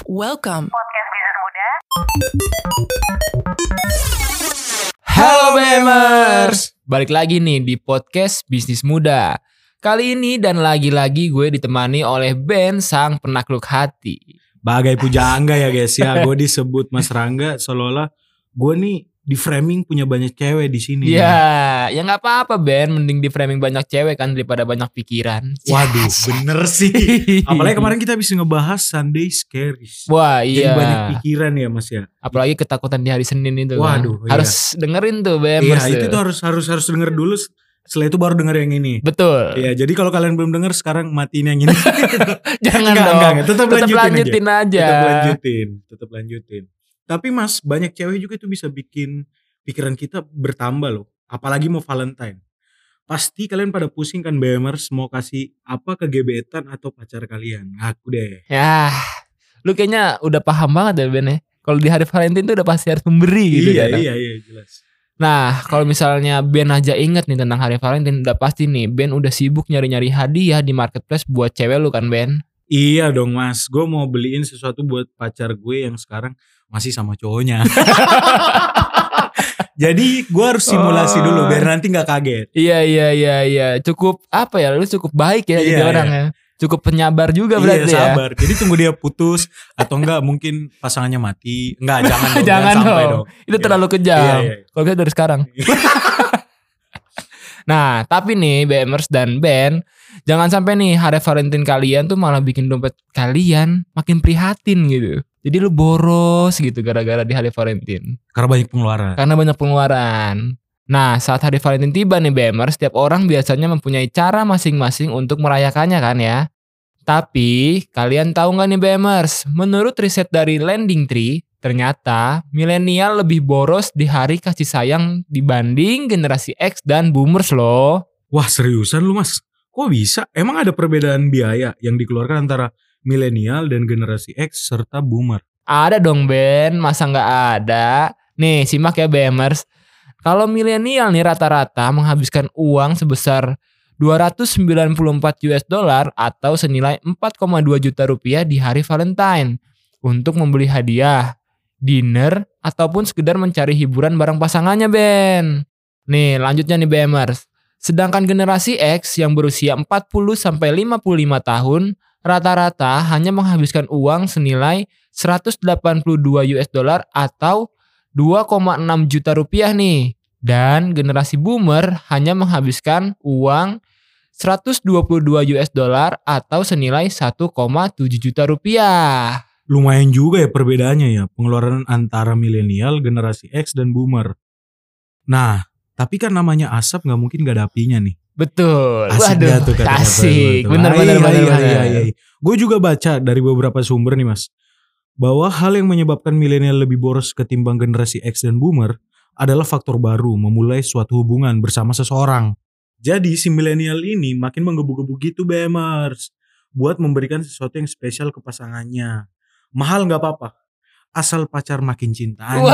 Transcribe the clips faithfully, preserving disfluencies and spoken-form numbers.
Welcome. Podcast Bisnis Muda. Halo Bemers, balik lagi nih di podcast Bisnis Muda. Kali ini dan lagi-lagi gue ditemani oleh Ben sang penakluk hati. Bagai pujangga ya guys ya, gue disebut Mas Rangga seolah-olah gue nih di framing punya banyak cewek di sini. Ya, ya nggak apa-apa Ben, mending di framing banyak cewek kan daripada banyak pikiran. Waduh, bener sih. Apalagi kemarin kita bisa ngebahas Sunday Scaries. Wah Jadi iya. banyak pikiran ya Mas ya. Apalagi ketakutan di hari Senin itu. Waduh, kan. iya. Harus dengerin tuh Ben. Iya, itu tuh harus harus harus denger dulu. Setelah itu baru denger yang ini. Betul. Iya, jadi kalau kalian belum denger sekarang matiin yang ini. Jangan Enggak, dong. enggak, enggak. Tetap, Tetap lanjutin, lanjutin aja. aja. Tetap lanjutin, tetap lanjutin. Tapi Mas, banyak cewek juga itu bisa bikin pikiran kita bertambah loh. Apalagi mau Valentine. Pasti kalian pada pusing kan Bemers mau kasih apa ke gebetan atau pacar kalian. Ngaku deh. Ya, lu kayaknya udah paham banget ya Ben ya. Kalau di hari Valentine tuh udah pasti harus memberi gitu iya, kan. iya, iya, jelas. Nah, kalau misalnya Ben aja inget nih tentang hari Valentine, udah pasti nih Ben udah sibuk nyari-nyari hadiah di marketplace buat cewek lu kan Ben? Iya dong Mas, gue mau beliin sesuatu buat pacar gue yang sekarang masih sama cowoknya. Jadi gue harus simulasi dulu biar nanti gak kaget. Iya iya iya iya, cukup apa ya? Lu cukup baik ya jadi Iya, orang iya. ya. Cukup penyabar juga berarti Iya ya. sabar. Jadi tunggu dia putus atau enggak mungkin pasangannya mati. Enggak, jangan dong. Jangan sampai dong. dong. Itu Iya. terlalu kejam. Iya, iya. Kalau kita dari sekarang. Nah, tapi nih Bemers dan Ben, jangan sampai nih hari Valentine kalian tuh malah bikin dompet kalian makin prihatin gitu. Jadi lu boros gitu gara-gara di hari Valentine. Karena banyak pengeluaran. Karena banyak pengeluaran. Nah, saat hari Valentine tiba nih Bemers, setiap orang biasanya mempunyai cara masing-masing untuk merayakannya kan ya. Tapi, kalian tahu gak nih Bemers, menurut riset dari Landing Tree, ternyata milenial lebih boros di hari kasih sayang dibanding generasi X dan boomers loh. Wah seriusan lu Mas? Kok bisa? Emang ada perbedaan biaya yang dikeluarkan antara milenial dan generasi X serta boomer? Ada dong Ben, masa gak ada? Nih, simak ya Bemers. Kalau milenial nih rata-rata menghabiskan uang sebesar dua ratus sembilan puluh empat US dollar atau senilai empat koma dua juta rupiah di hari Valentine untuk membeli hadiah, dinner, ataupun sekedar mencari hiburan bareng pasangannya Ben. Nih lanjutnya nih Bemers. Sedangkan generasi X yang berusia empat puluh sampai lima puluh lima tahun rata-rata hanya menghabiskan uang senilai seratus delapan puluh dua US dollar atau dua koma enam juta rupiah nih. Dan generasi boomer hanya menghabiskan uang seratus dua puluh dua US dollar atau senilai satu koma tujuh juta rupiah. Lumayan juga ya perbedaannya ya, pengeluaran antara milenial, generasi X dan boomer. Nah, tapi kan namanya asap gak mungkin gak ada apinya nih. Betul. Asik Waduh, dah tuh kata-kata asik. lu. Bener Ah, bener iya, bener iya, bener. iya, iya. Gue juga baca dari beberapa sumber nih Mas, bahwa hal yang menyebabkan milenial lebih boros ketimbang generasi X dan boomer adalah faktor baru memulai suatu hubungan bersama seseorang. Jadi si milenial ini makin menggebu-gebu gitu Bemers buat memberikan sesuatu yang spesial ke pasangannya. Mahal gak apa-apa, asal pacar makin cinta aja.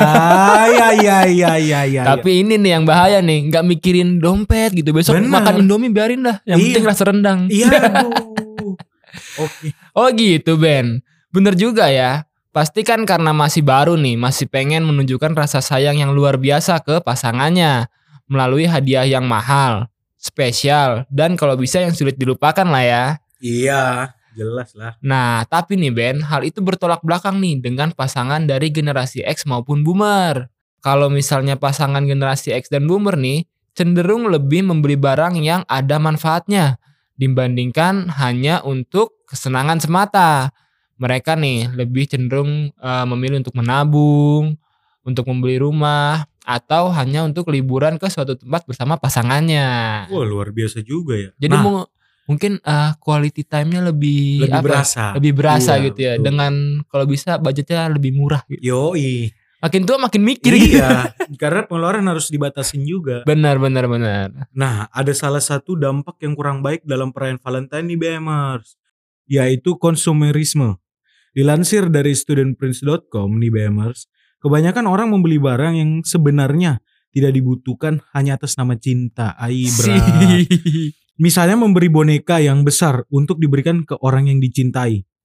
Ya ya ya ya ya. Tapi ini nih yang bahaya nih, nggak mikirin dompet gitu. Besok Bener. makan Indomie biarin dah. Yang Iya. penting rasa rendang. Iya aduh. Oke. Oh gitu Ben. Bener juga ya. Pasti kan karena masih baru nih, masih pengen menunjukkan rasa sayang yang luar biasa ke pasangannya melalui hadiah yang mahal, spesial, dan kalau bisa yang sulit dilupakan lah ya. Iya, jelas lah. Nah, tapi nih Ben, hal itu bertolak belakang nih dengan pasangan dari generasi X maupun boomer. Kalau misalnya pasangan generasi X dan boomer nih, cenderung lebih membeli barang yang ada manfaatnya dibandingkan hanya untuk kesenangan semata. Mereka nih lebih cenderung uh, memilih untuk menabung, untuk membeli rumah, atau hanya untuk liburan ke suatu tempat bersama pasangannya. Wah luar biasa juga ya. Jadi Nah, mu- mungkin uh, quality time-nya lebih lebih apa? berasa. Lebih berasa Iya, gitu ya. betul. Dengan kalau bisa budgetnya lebih murah gitu. Yoi. Makin tua makin mikir gitu. Iya, karena pengeluaran harus dibatasin juga. Benar benar benar. Nah, ada salah satu dampak yang kurang baik dalam perayaan Valentine nih Bemers, yaitu konsumerisme. Dilansir dari student prince dot com nih Bemers, kebanyakan orang membeli barang yang sebenarnya tidak dibutuhkan hanya atas nama cinta. Ai berat. Misalnya memberi boneka yang besar untuk diberikan ke orang yang dicintai.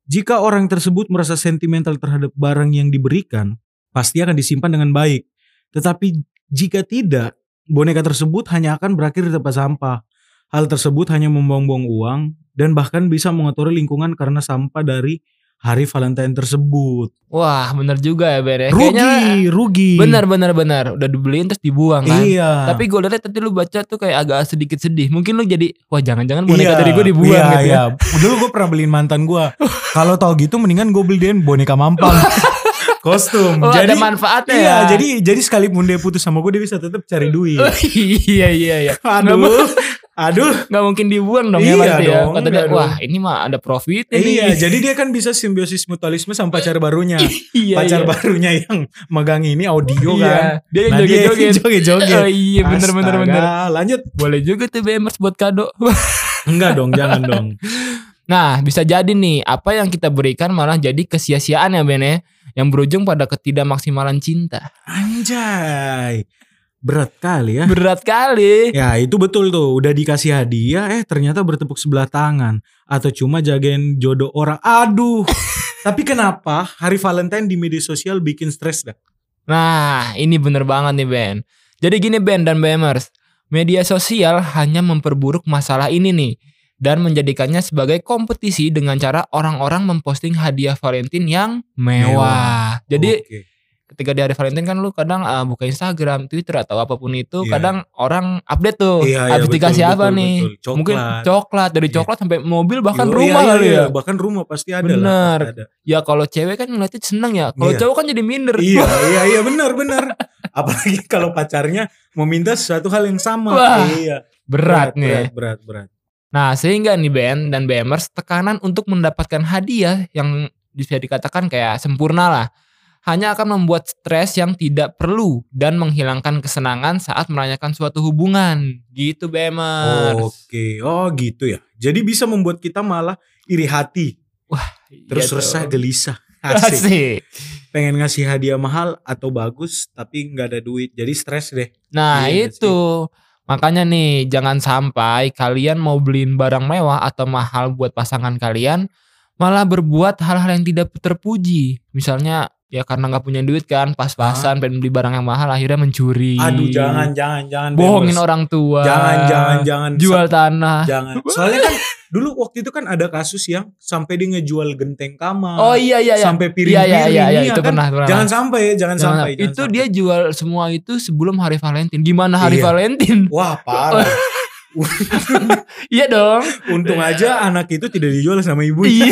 Jika orang tersebut merasa sentimental terhadap barang yang diberikan, pasti akan disimpan dengan baik. Tetapi jika tidak, boneka tersebut hanya akan berakhir di tempat sampah. Hal tersebut hanya membuang-buang uang dan bahkan bisa mengotori lingkungan karena sampah dari hari Valentine tersebut. Wah, bener juga ya Ben. Rugi, Kayaknya rugi. benar benar benar. Udah dibeliin terus dibuang kan. Iya. Tapi gue lihat tadi lu baca tuh kayak agak sedikit sedih. Mungkin lu jadi, wah jangan-jangan boneka iya, dari gue dibuang iya, gitu iya. ya. Dulu gue pernah beliin mantan gue. Kalau tau gitu mendingan gue beliin boneka mampang. Kostum. Oh, jadi ada manfaatnya iya, ya. jadi jadi sekalipun dia putus sama gue, dia bisa tetap cari duit. Oh, iya iya iya. Aduh. Aduh, nggak mungkin dibuang dong iya ya berarti ya. dong, Kata dia, dong. wah ini mah ada profit Iya, nih. jadi dia kan bisa simbiosis mutualisme sama pacar barunya. Iya, Pacar iya. barunya yang megang ini audio kan. Iya, dia yang Nah, dia joget-joget. joget-joget. Oh iya bener bener Astaga, bener. lanjut. Boleh juga tuh B M ers buat kado. Enggak dong, jangan dong. Nah bisa jadi nih, apa yang kita berikan malah jadi kesia-siaan ya Ben ya. Yang berujung pada ketidakmaksimalan cinta. Anjay. Berat kali ya. Berat kali. Ya itu betul tuh. Udah dikasih hadiah eh ternyata bertepuk sebelah tangan. Atau cuma jagain jodoh orang. Aduh. Tapi kenapa hari Valentine di media sosial bikin stres dah? Nah ini bener banget nih Ben. Jadi gini Ben dan B M ers, media sosial hanya memperburuk masalah ini nih. Dan menjadikannya sebagai kompetisi dengan cara orang-orang memposting hadiah Valentine yang mewah. Mewah. Jadi Oke. ketika di hari Valentine kan lu kadang uh, buka Instagram, Twitter atau apapun itu, Iya. kadang orang update tuh. Iya, iya, habis betul, dikasih apa betul, nih? betul. Coklat. Mungkin coklat, dari Iya. coklat sampai mobil bahkan Yo, rumah iya, kali iya, ya. Bahkan rumah pasti ada Bener. lah. Pasti ada. Ya kalau cewek kan ngeliatnya seneng ya. Kalau Iya. cowok kan jadi minder. Iya, iya, iya benar, benar. Apalagi kalau pacarnya meminta sesuatu hal yang sama. Wah, iya. Berat, nih. Berat, berat, berat. Nah sehingga nih Ben dan B M ers tekanan untuk mendapatkan hadiah yang bisa dikatakan kayak sempurna lah. Hanya akan membuat stres yang tidak perlu dan menghilangkan kesenangan saat merayakan suatu hubungan. Gitu B M ers. Oke, oh gitu ya. Jadi bisa membuat kita malah iri hati. Terus Iya resah, tuh. gelisah. Asik. Asik. Pengen ngasih hadiah mahal atau bagus tapi nggak ada duit. Jadi stres deh. Nah Iya itu. Makanya nih jangan sampai kalian mau beliin barang mewah atau mahal buat pasangan kalian. Malah berbuat hal-hal yang tidak terpuji. Misalnya ya karena gak punya duit kan, pas-pasan pengen beli barang yang mahal akhirnya mencuri. Aduh jangan, jangan, jangan. Bohongin Bebas. orang tua. Jangan, jangan, jangan. Jual Sa- tanah. Jangan. Soalnya kan dulu waktu itu kan ada kasus yang sampai dia ngejual genteng kamar. Oh iya iya iya. Sampai Iya piring-piring. iya iya, iya, iya itu kan? pernah, pernah. Jangan sampai, jangan, Jangan sampai. sampai. jangan Itu sampai. dia jual semua itu sebelum hari Valentine. Gimana hari Iya. Valentine? Wah parah. Iya dong. Untung aja anak itu tidak dijual sama ibu. Iya.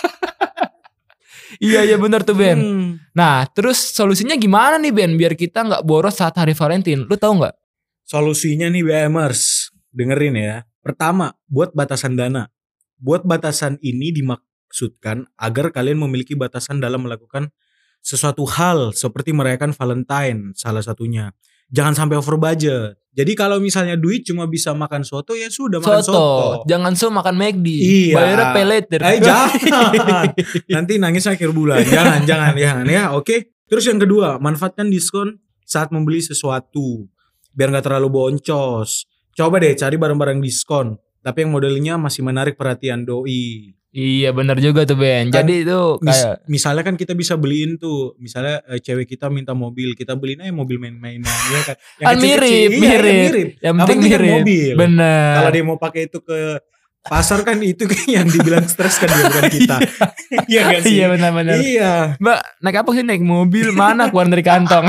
Iya iya benar tuh Ben. Hmm. Nah terus solusinya gimana nih Ben biar kita gak boros saat hari Valentine? Lu tahu gak? Solusinya nih B M ers, dengerin ya. Pertama, buat batasan dana. Buat batasan ini dimaksudkan agar kalian memiliki batasan dalam melakukan sesuatu hal seperti merayakan Valentine salah satunya. Jangan sampai over budget. Jadi kalau misalnya duit cuma bisa makan soto ya sudah makan Soto. soto. Jangan so makan McD. Iya. Bayarnya pay later. Eh jangan. Nanti nangis akhir bulan. Jangan, jangan, jangan ya. Oke. Terus yang kedua, manfaatkan diskon saat membeli sesuatu. Biar gak terlalu boncos. Coba deh cari barang-barang diskon. Tapi yang modelnya masih menarik perhatian doi. Iya benar juga tuh Ben. Kan Jadi itu Mis- kayak misalnya kan kita bisa beliin tuh. Misalnya eh, cewek kita minta mobil. Kita beliin aja mobil main-mainan. Ya kan? Yang kan kecil-kecil. mirip, Iya, mirip. yang mirip. Yang Apa penting penting kan mirip. mobil. Bener. Kalau dia mau pakai itu ke pasar kan itu kan yang dibilang stres kan dia bukan kita. Iya gak sih? Iya benar-benar. Iya. Mbak naik apa sih naik mobil mana keluar dari kantong.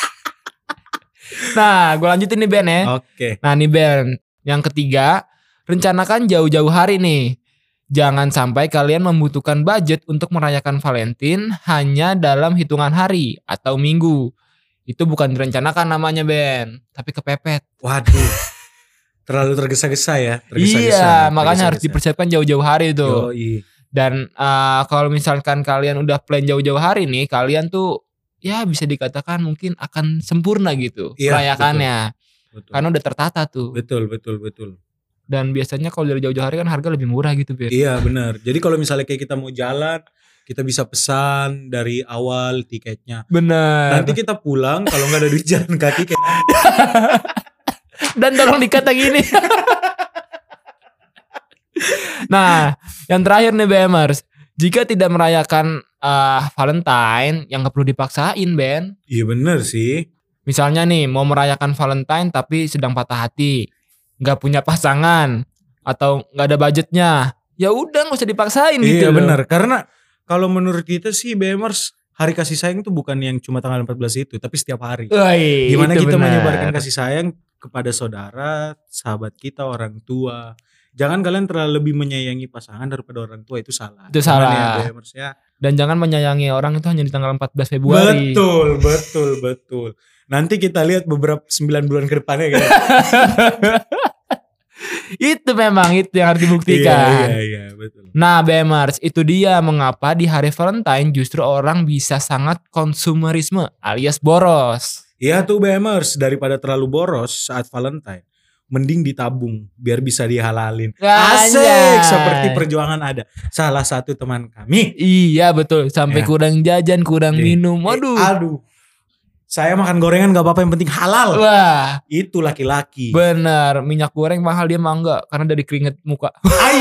Nah gue lanjutin nih Ben ya. Oke. Nah nih Ben, yang ketiga, rencanakan jauh-jauh hari nih. Jangan sampai kalian membutuhkan budget untuk merayakan Valentine hanya dalam hitungan hari atau minggu. Itu bukan direncanakan namanya Ben, tapi kepepet. Waduh. Terlalu tergesa-gesa ya. Tergesa-gesa, Iya, makanya harus tergesa-gesa. dipersiapkan jauh-jauh hari tuh. Yoi. Dan uh, kalau misalkan kalian udah plan jauh-jauh hari nih, kalian tuh ya bisa dikatakan mungkin akan sempurna gitu Iya, merayakannya. Betul. Karena udah tertata tuh. Betul, betul, betul. Dan biasanya kalau dari jauh-jauh hari kan harga lebih murah gitu Ben. Iya benar. Jadi kalau misalnya kayak kita mau jalan, kita bisa pesan dari awal tiketnya. Bener. Nanti kita pulang kalau nggak ada duit jalan kaki kayak Dan tolong dikat yang ini. Nah, yang terakhir nih B M ers, Jika tidak merayakan uh, Valentine, yang gak perlu dipaksain, Ben. Iya bener sih. Misalnya nih, mau merayakan Valentine tapi sedang patah hati, gak punya pasangan, atau gak ada budgetnya, ya udah gak usah dipaksain gitu. Iya bener, karena kalau menurut kita sih Bemers, hari kasih sayang itu bukan yang cuma tanggal empat belas itu, tapi setiap hari. Woy, Gimana kita bener. menyebarkan kasih sayang kepada saudara, sahabat kita, orang tua. Jangan kalian terlalu lebih menyayangi pasangan daripada orang tua, itu salah. Itu Jangan salah. Ya, Bemers, ya. Dan jangan menyayangi orang itu hanya di tanggal empat belas Februari. Betul, betul, betul. Nanti kita lihat beberapa sembilan bulan ke depannya kan. Itu memang itu yang harus dibuktikan. Iya, iya, iya, betul. Nah, Bemers, itu dia mengapa di hari Valentine justru orang bisa sangat konsumerisme alias boros. Iya tuh Bemers, daripada terlalu boros saat Valentine, mending ditabung biar bisa dihalalin. Asik, Anjay. seperti perjuangan ada salah satu teman kami. Iya betul, sampai Ya. kurang jajan, kurang Eh, minum. eh, Waduh. aduh. Saya makan gorengan gak apa-apa, yang penting halal. Wah, Itu laki-laki. bener. Minyak goreng mahal dia mah enggak, karena dari keringet muka. Ai.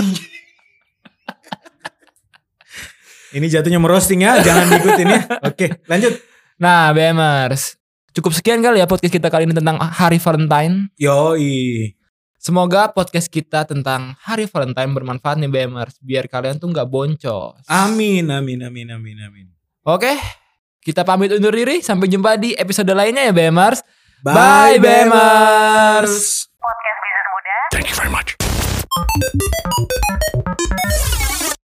Ini jatuhnya merosting ya, jangan diikutin ya. Oke, lanjut. Nah, Bemers, cukup sekian kali ya podcast kita kali ini tentang hari Valentine. Yoi. Semoga podcast kita tentang hari Valentine bermanfaat nih Bemers, biar kalian tuh nggak boncos. Amin, amin, amin, amin, amin. Oke, kita pamit undur diri. Sampai jumpa di episode lainnya ya Bemers. Bye, Bye, Bemers. Bemers. Podcast Bisnis Muda. Thank you very much.